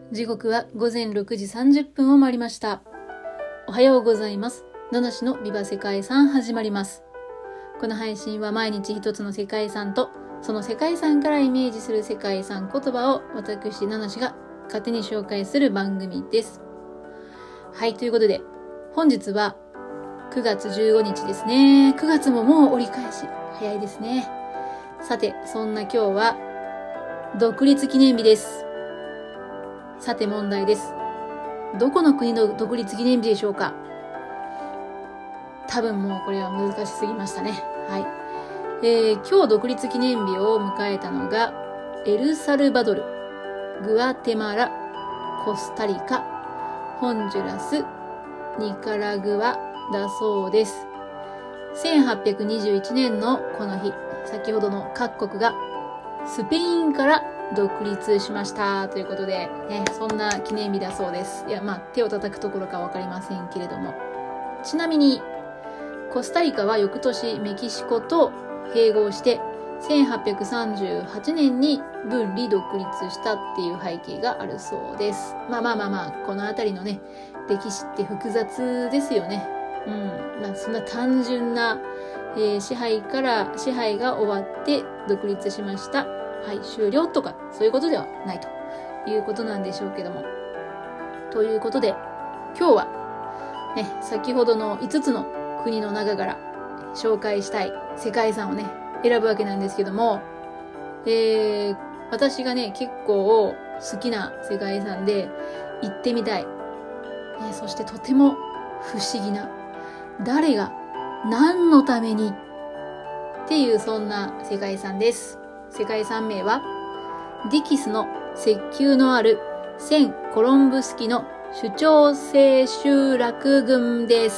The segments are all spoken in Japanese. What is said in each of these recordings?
時刻は午前6時30分を回りました。おはようございます。ナナシのビバ世界遺産始まります。この配信は毎日一つの世界遺産とその世界遺産からイメージする世界遺産言葉を私ナナシが勝手に紹介する番組です。はい、ということで本日は9月15日ですね。9月ももう折り返し早いですね。さて、そんな今日は独立記念日です。さて問題です。どこの国の独立記念日でしょうか？多分もうこれは難しすぎましたね。はい。今日独立記念日を迎えたのがエルサルバドル、グアテマラ、コスタリカ、ホンジュラス、ニカラグアだそうです。1821年のこの日、先ほどの各国がスペインから独立しましたということで、そんな記念日だそうです。手を叩くところかわかりませんけれども、ちなみにコスタリカは翌年メキシコと併合して1838年に分離独立したっていう背景があるそうです。このあたりのね歴史って複雑ですよね。そんな単純な、支配が終わって独立しました、終了とかそういうことではないということなんでしょうけども、ということで今日はね、先ほどの5つの国の中から紹介したい世界遺産をね選ぶわけなんですけども、私がね結構好きな世界遺産で行ってみたい、そしてとても不思議な、誰が何のためにっていうそんな世界遺産です。世界遺産名はディキスの石球のあるセン・コロンブスキの首長制集落群です。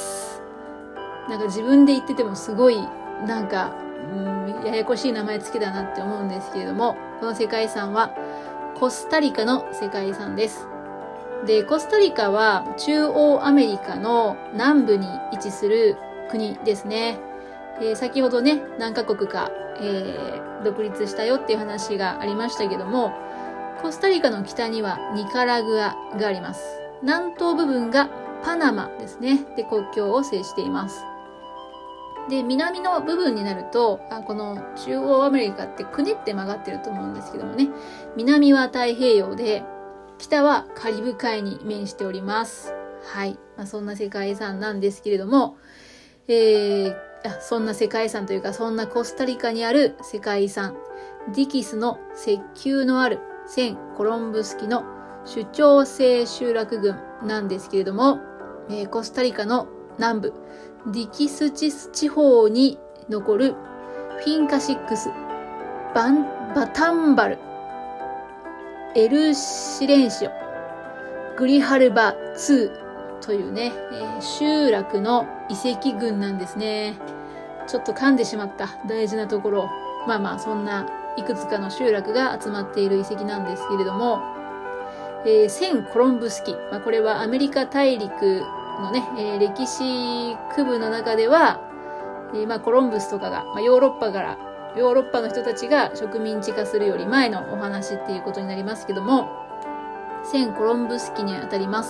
なんか自分で言っててもすごいややこしい名前つけだなって思うんですけれども、この世界遺産はコスタリカの世界遺産です。で、コスタリカは中央アメリカの南部に位置する国ですね。先ほどね何カ国か、独立したよっていう話がありましたけども、コスタリカの北にはニカラグアがあります。南東部分がパナマですね。で、国境を接しています。で、南の部分になると、この中央アメリカってくねって曲がってると思うんですけどもね、南は太平洋で北はカリブ海に面しております。はい。そんな世界遺産なんですけれども、そんな世界遺産というか、そんなコスタリカにある世界遺産、ディキスの石球のあるセン・コロンブスキの首長制集落群なんですけれども、コスタリカの南部、ディキス地方に残るフィンカシックス、バタンバル、エルシレンシオ、グリハルバ2というね、集落の遺跡群なんですね。ちょっと噛んでしまった大事なところ。そんないくつかの集落が集まっている遺跡なんですけれども、セン・コロンブスキ、これはアメリカ大陸のね、歴史区分の中では、コロンブスとかが、ヨーロッパの人たちが植民地化するより前のお話っていうことになりますけども、セン・コロンブスキにあたります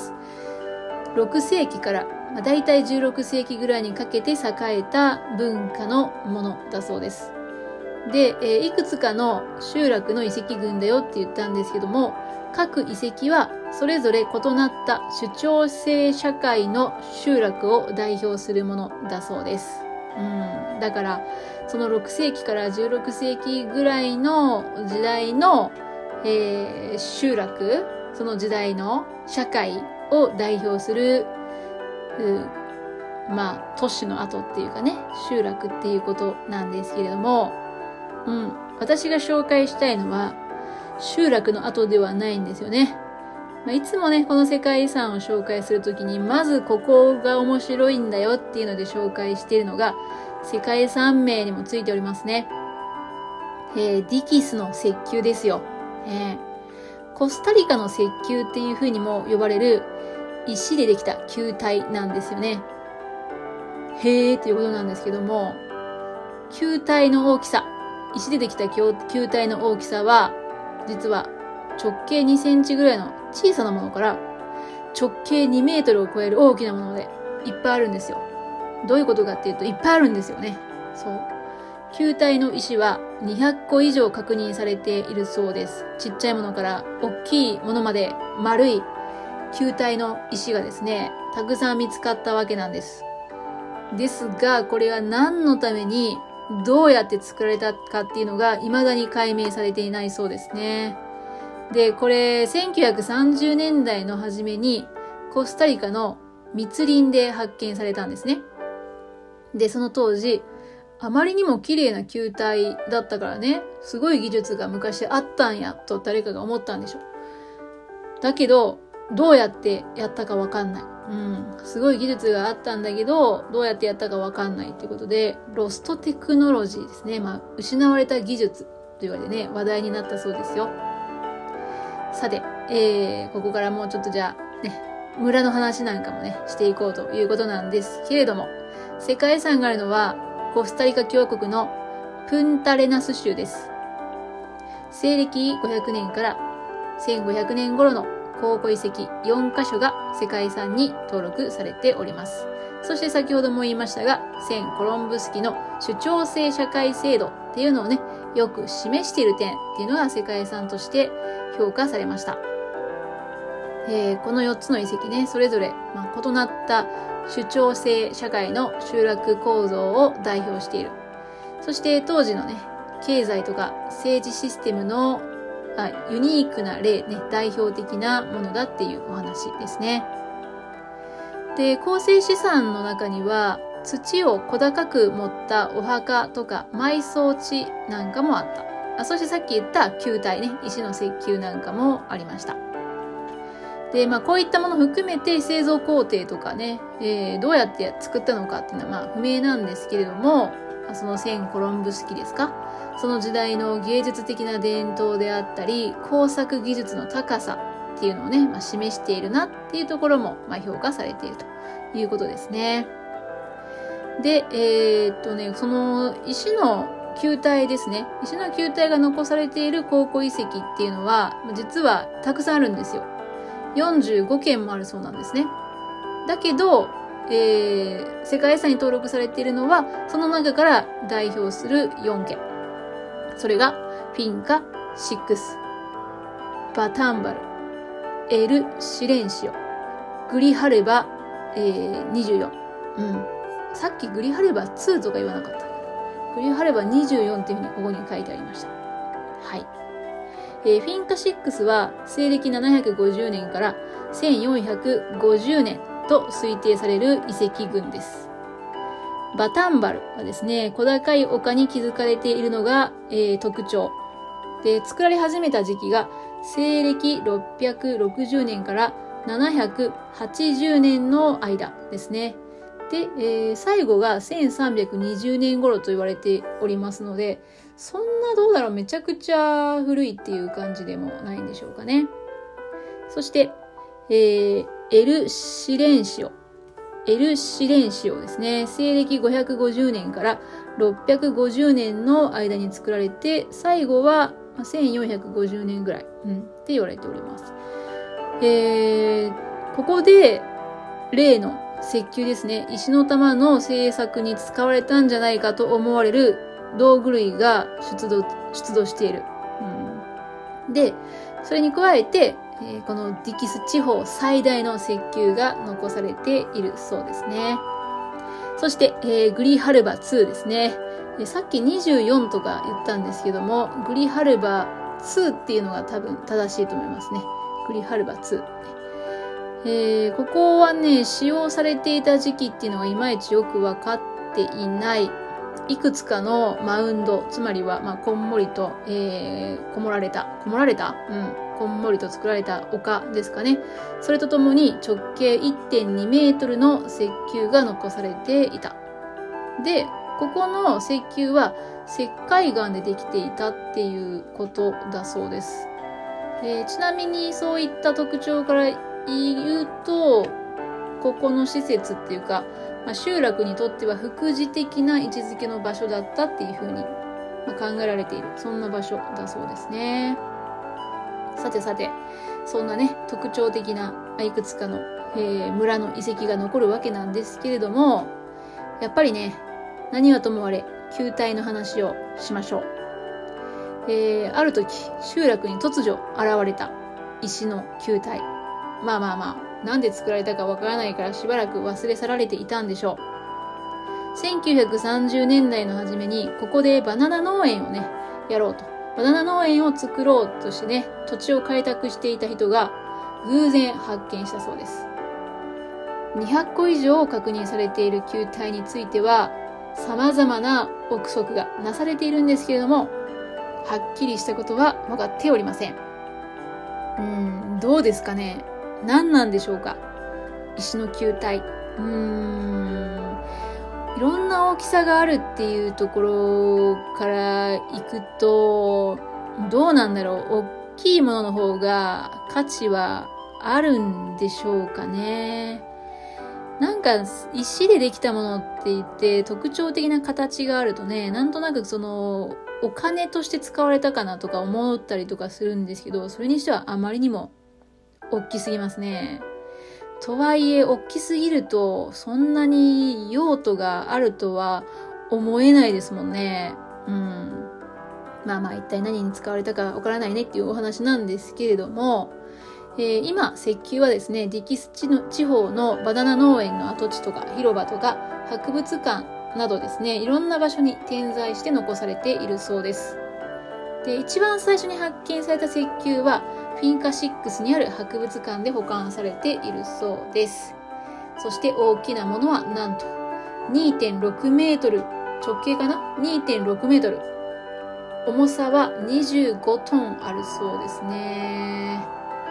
。6世紀から、だいたい16世紀ぐらいにかけて栄えた文化のものだそうです。で、いくつかの集落の遺跡群だよって言ったんですけども、各遺跡はそれぞれ異なった首長制社会の集落を代表するものだそうです。だからその6世紀から16世紀ぐらいの時代の、集落、その時代の社会を代表する都市の跡っていうかね、集落っていうことなんですけれども、私が紹介したいのは集落の跡ではないんですよね。いつもねこの世界遺産を紹介するときにまずここが面白いんだよっていうので紹介しているのが世界遺産名にもついておりますね。ディキスの石球ですよ。コスタリカの石球っていう風にも呼ばれる石でできた球体なんですよね。へーっていうことなんですけども、球体の大きさ、石でできた球体の大きさは実は直径2センチぐらいの小さなものから直径2メートルを超える大きなものでいっぱいあるんですよ。どういうことかっていうと、いっぱいあるんですよね。そう。球体の石は200個以上確認されているそうです。ちっちゃいものから大きいものまで丸い球体の石がですね、たくさん見つかったわけなんです。ですが、これは何のためにどうやって作られたかっていうのが未だに解明されていないそうですね。で、これ1930年代の初めにコスタリカの密林で発見されたんですね。で、その当時、あまりにも綺麗な球体だったからね、すごい技術が昔あったんやと誰かが思ったんでしょう。だけど、どうやってやったかわかんない。すごい技術があったんだけど、どうやってやったかわかんないっていうことで、ロストテクノロジーですね。失われた技術と言われてね、話題になったそうですよ。さて、ここからもうちょっとじゃあ、ね、村の話なんかもね、していこうということなんですけれども、世界遺産があるのは、コスタリカ共和国のプンタレナス州です。西暦500年から1500年頃の考古遺跡4カ所が世界遺産に登録されております。そして先ほども言いましたが、聖コロンブス期の主張性社会制度っていうのをね、よく示している点っていうのが世界遺産として評価されました。この4つの遺跡ね、それぞれ、異なった主張性社会の集落構造を代表している。そして当時のね、経済とか政治システムのユニークな例ね、代表的なものだっていうお話ですね。で、構成資産の中には土を小高く盛ったお墓とか埋葬地なんかもあった。そしてさっき言った球体ね、石の石球なんかもありました。で、こういったものを含めて製造工程とかね、どうやって作ったのかっていうのは不明なんですけれども、その聖コロンブス期ですか、その時代の芸術的な伝統であったり、工作技術の高さっていうのをね、示しているなっていうところも、評価されているということですね。で、その石の球体ですね。石の球体が残されている考古遺跡っていうのは、実はたくさんあるんですよ。45件もあるそうなんですね。だけど、世界遺産に登録されているのは、その中から代表する4件。それが、フィンカ6、バタンバル、エル・シレンシオ、グリハルバ、24。さっきグリハルバ2とか言わなかった。グリハルバ24っていうふうにここに書いてありました。はい。フィンカ6は西暦750年から1450年と推定される遺跡群です。バタンバルはですね、小高い丘に築かれているのが、特徴。で、作られ始めた時期が西暦660年から780年の間ですね。で、最後が1320年頃と言われておりますので、そんなどうだろう、めちゃくちゃ古いっていう感じでもないんでしょうかね。そして、エル・シレンシオですね。西暦550年から650年の間に作られて、最後は1450年ぐらい、って言われております。ここで、例の石球ですね。石の玉の製作に使われたんじゃないかと思われる道具類が出土している。で、それに加えて、このディキス地方最大の石球が残されているそうですね。そして、グリハルバ2ですね。さっき24とか言ったんですけども、グリハルバ2っていうのが多分正しいと思いますね。グリハルバ2。ここはね、使用されていた時期っていうのがいまいちよくわかっていない。いくつかのマウンド、つまりは、こんもりと、こんもりと作られた丘ですかね。それとともに直径 1.2 メートルの石球が残されていた。で、ここの石球は石灰岩でできていたっていうことだそうです。ちなみにそういった特徴から言うと、ここの施設っていうか、集落にとっては副次的な位置づけの場所だったっていうふうに考えられている、そんな場所だそうですね。 さてさて、そんなね、特徴的ないくつかの、村の遺跡が残るわけなんですけれども、やっぱりね、何はともあれ、球体の話をしましょう。ある時、集落に突如現れた石の球体。まあ、なんで作られたかわからないからしばらく忘れ去られていたんでしょう。1930年代の初めに、ここでバナナ農園をね、やろうと。バナナ農園を作ろうとしてね、土地を開拓していた人が偶然発見したそうです。200個以上確認されている球体については、様々な憶測がなされているんですけれども、はっきりしたことは分かっておりません。どうですかね。何なんでしょうか。石の球体。いろんな大きさがあるっていうところから行くと、どうなんだろう。大きいものの方が価値はあるんでしょうかね。なんか石でできたものって言って特徴的な形があるとね、なんとなくお金として使われたかなとか思ったりとかするんですけど、それにしてはあまりにも大きすぎますね。とはいえ、大きすぎるとそんなに用途があるとは思えないですもんね。一体何に使われたかわからないねっていうお話なんですけれども、今、石球はですね、ディキス地方のバナナ農園の跡地とか広場とか博物館などですね、いろんな場所に点在して残されているそうです。で、一番最初に発見された石球はフィンカ6にある博物館で保管されているそうです。そして大きなものはなんと 2.6 メートル、直径かな 2.6 メートル。重さは25トンあるそうですね。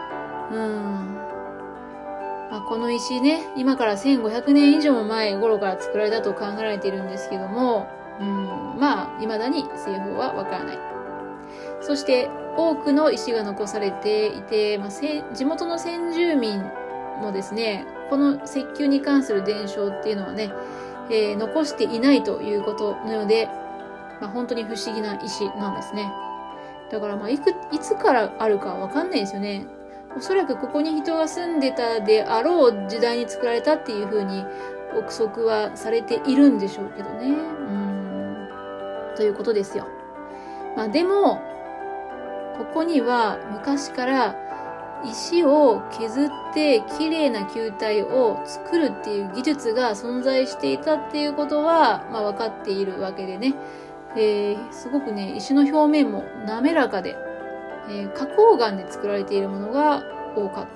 この石ね、今から1500年以上も前頃から作られたと考えられているんですけども、未だに製法はわからない。そして多くの石が残されていて、地元の先住民もですね、この石球に関する伝承っていうのはね、残していないということのようで、本当に不思議な石なんですね。だからいつからあるかわかんないですよね。おそらくここに人が住んでたであろう時代に作られたっていう風に憶測はされているんでしょうけどね。ということですよ。でも、ここには昔から石を削って綺麗な球体を作るっていう技術が存在していたっていうことは、分かっているわけでね。すごくね、石の表面も滑らかで、花崗岩で作られているものが多かった。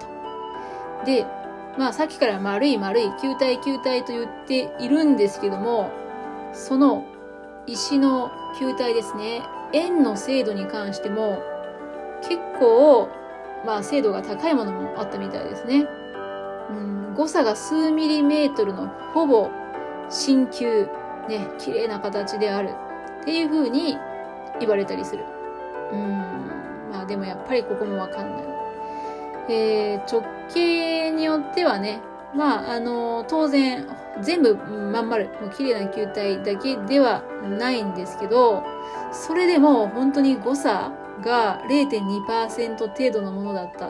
で、さっきから丸い球体と言っているんですけども、その石の球体ですね、円の精度に関しても結構、精度が高いものもあったみたいですね。誤差が数ミリメートルのほぼ真球、ね、綺麗な形であるっていう風に言われたりする。でもやっぱりここもわかんない。直径によってはね、当然全部まん丸、もう綺麗な球体だけではないんですけど、それでも本当に誤差が 0.2% 程度のものだった。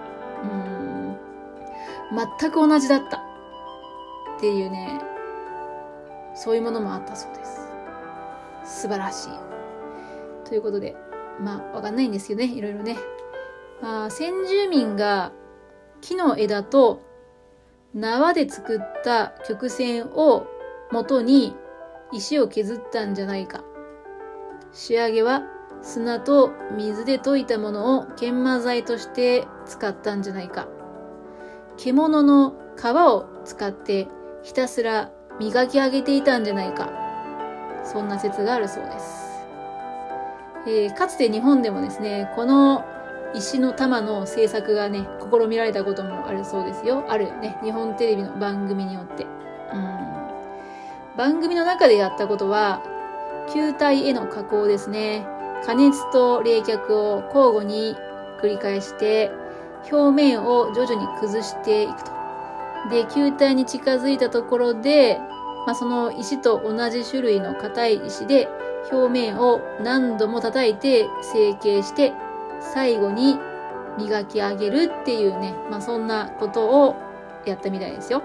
全く同じだったっていうね、そういうものもあったそうです。素晴らしい。ということで、わかんないんですけどね、いろいろね。先住民が木の枝と縄で作った曲線を元に石を削ったんじゃないか。仕上げは砂と水で溶いたものを研磨剤として使ったんじゃないか。獣の皮を使ってひたすら磨き上げていたんじゃないか。そんな説があるそうです。かつて日本でもですね、この石の玉の製作がね、試みられたこともあるそうですよ。あるね、日本テレビの番組によって。番組の中でやったことは、球体への加工ですね。加熱と冷却を交互に繰り返して、表面を徐々に崩していくと。で、球体に近づいたところで、その石と同じ種類の硬い石で、表面を何度も叩いて成形して、最後に磨き上げるっていうね、そんなことをやったみたいですよ。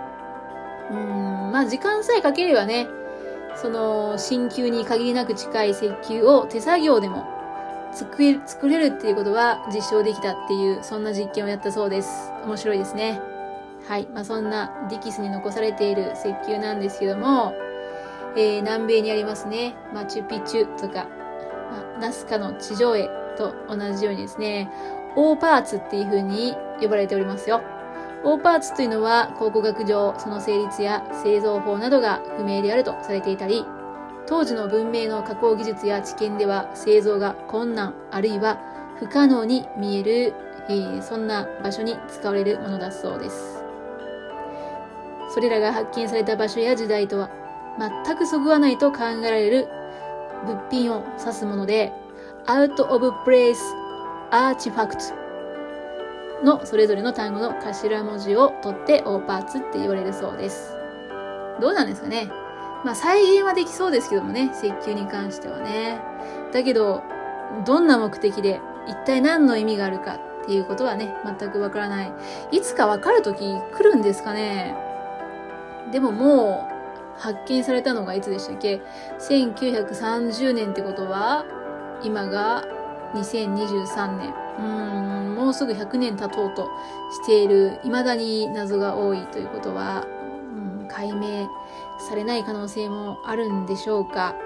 時間さえかければね、その鍼灸に限りなく近い石灸を手作業でも作れるっていうことは実証できたっていう、そんな実験をやったそうです。面白いですね。はい。そんなディキスに残されている石灸なんですけども、南米にありますね、マチュピチュとか、ナスカの地上絵と同じようにですね、オーパーツっていう風に呼ばれておりますよ。オーパーツというのは考古学上その成立や製造法などが不明であるとされていたり、当時の文明の加工技術や知見では製造が困難あるいは不可能に見える、そんな場所に使われるものだそうです。それらが発見された場所や時代とは全くそぐわないと考えられる物品を指すもので、out of place artifact のそれぞれの単語の頭文字を取ってオーパーツって言われるそうです。どうなんですかね。再現はできそうですけどもね、石灸に関してはね。だけど、どんな目的で一体何の意味があるかっていうことはね、全くわからない。いつかわかるとき来るんですかね。でももう発見されたのがいつでしたっけ？ 1930 年ってことは、今が2023年。もうすぐ100年経とうとしている、未だに謎が多いということは、解明されない可能性もあるんでしょうか。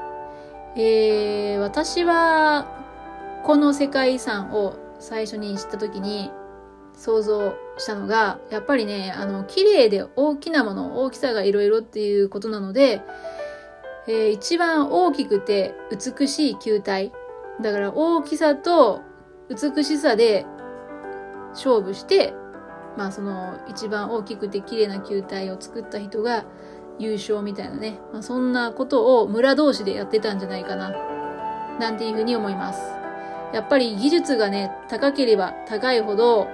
私はこの世界遺産を最初に知った時に想像したのが、やっぱりね、綺麗で大きなもの、大きさがいろいろっていうことなので、一番大きくて美しい球体。だから大きさと美しさで勝負して、その一番大きくて綺麗な球体を作った人が優勝みたいなね、そんなことを村同士でやってたんじゃないかな、なんていうふうに思います。やっぱり技術がね、高ければ高いほど、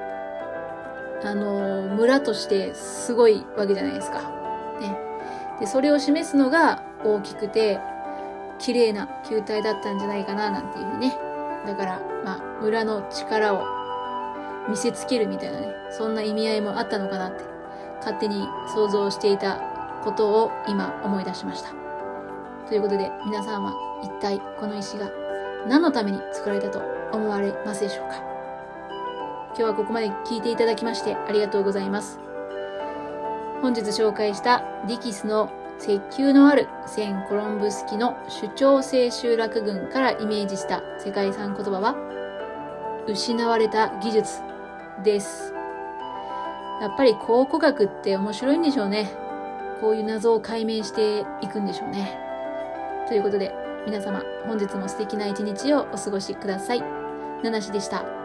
村としてすごいわけじゃないですか。ね。で、それを示すのが大きくて綺麗な球体だったんじゃないかな、なんていうふうにね。だから、村の力を見せつけるみたいなね、そんな意味合いもあったのかなって、勝手に想像していたことを今思い出しました。ということで、皆さんは一体この石が何のために作られたと思われますでしょうか。今日はここまで聞いていただきましてありがとうございます。本日紹介したディキスの石球のあるセン・コロンブスキの主張性集落群からイメージした世界遺産言葉は、失われた技術です。やっぱり考古学って面白いんでしょうね。こういう謎を解明していくんでしょうね。ということで、皆様本日も素敵な一日をお過ごしください。ナナシでした。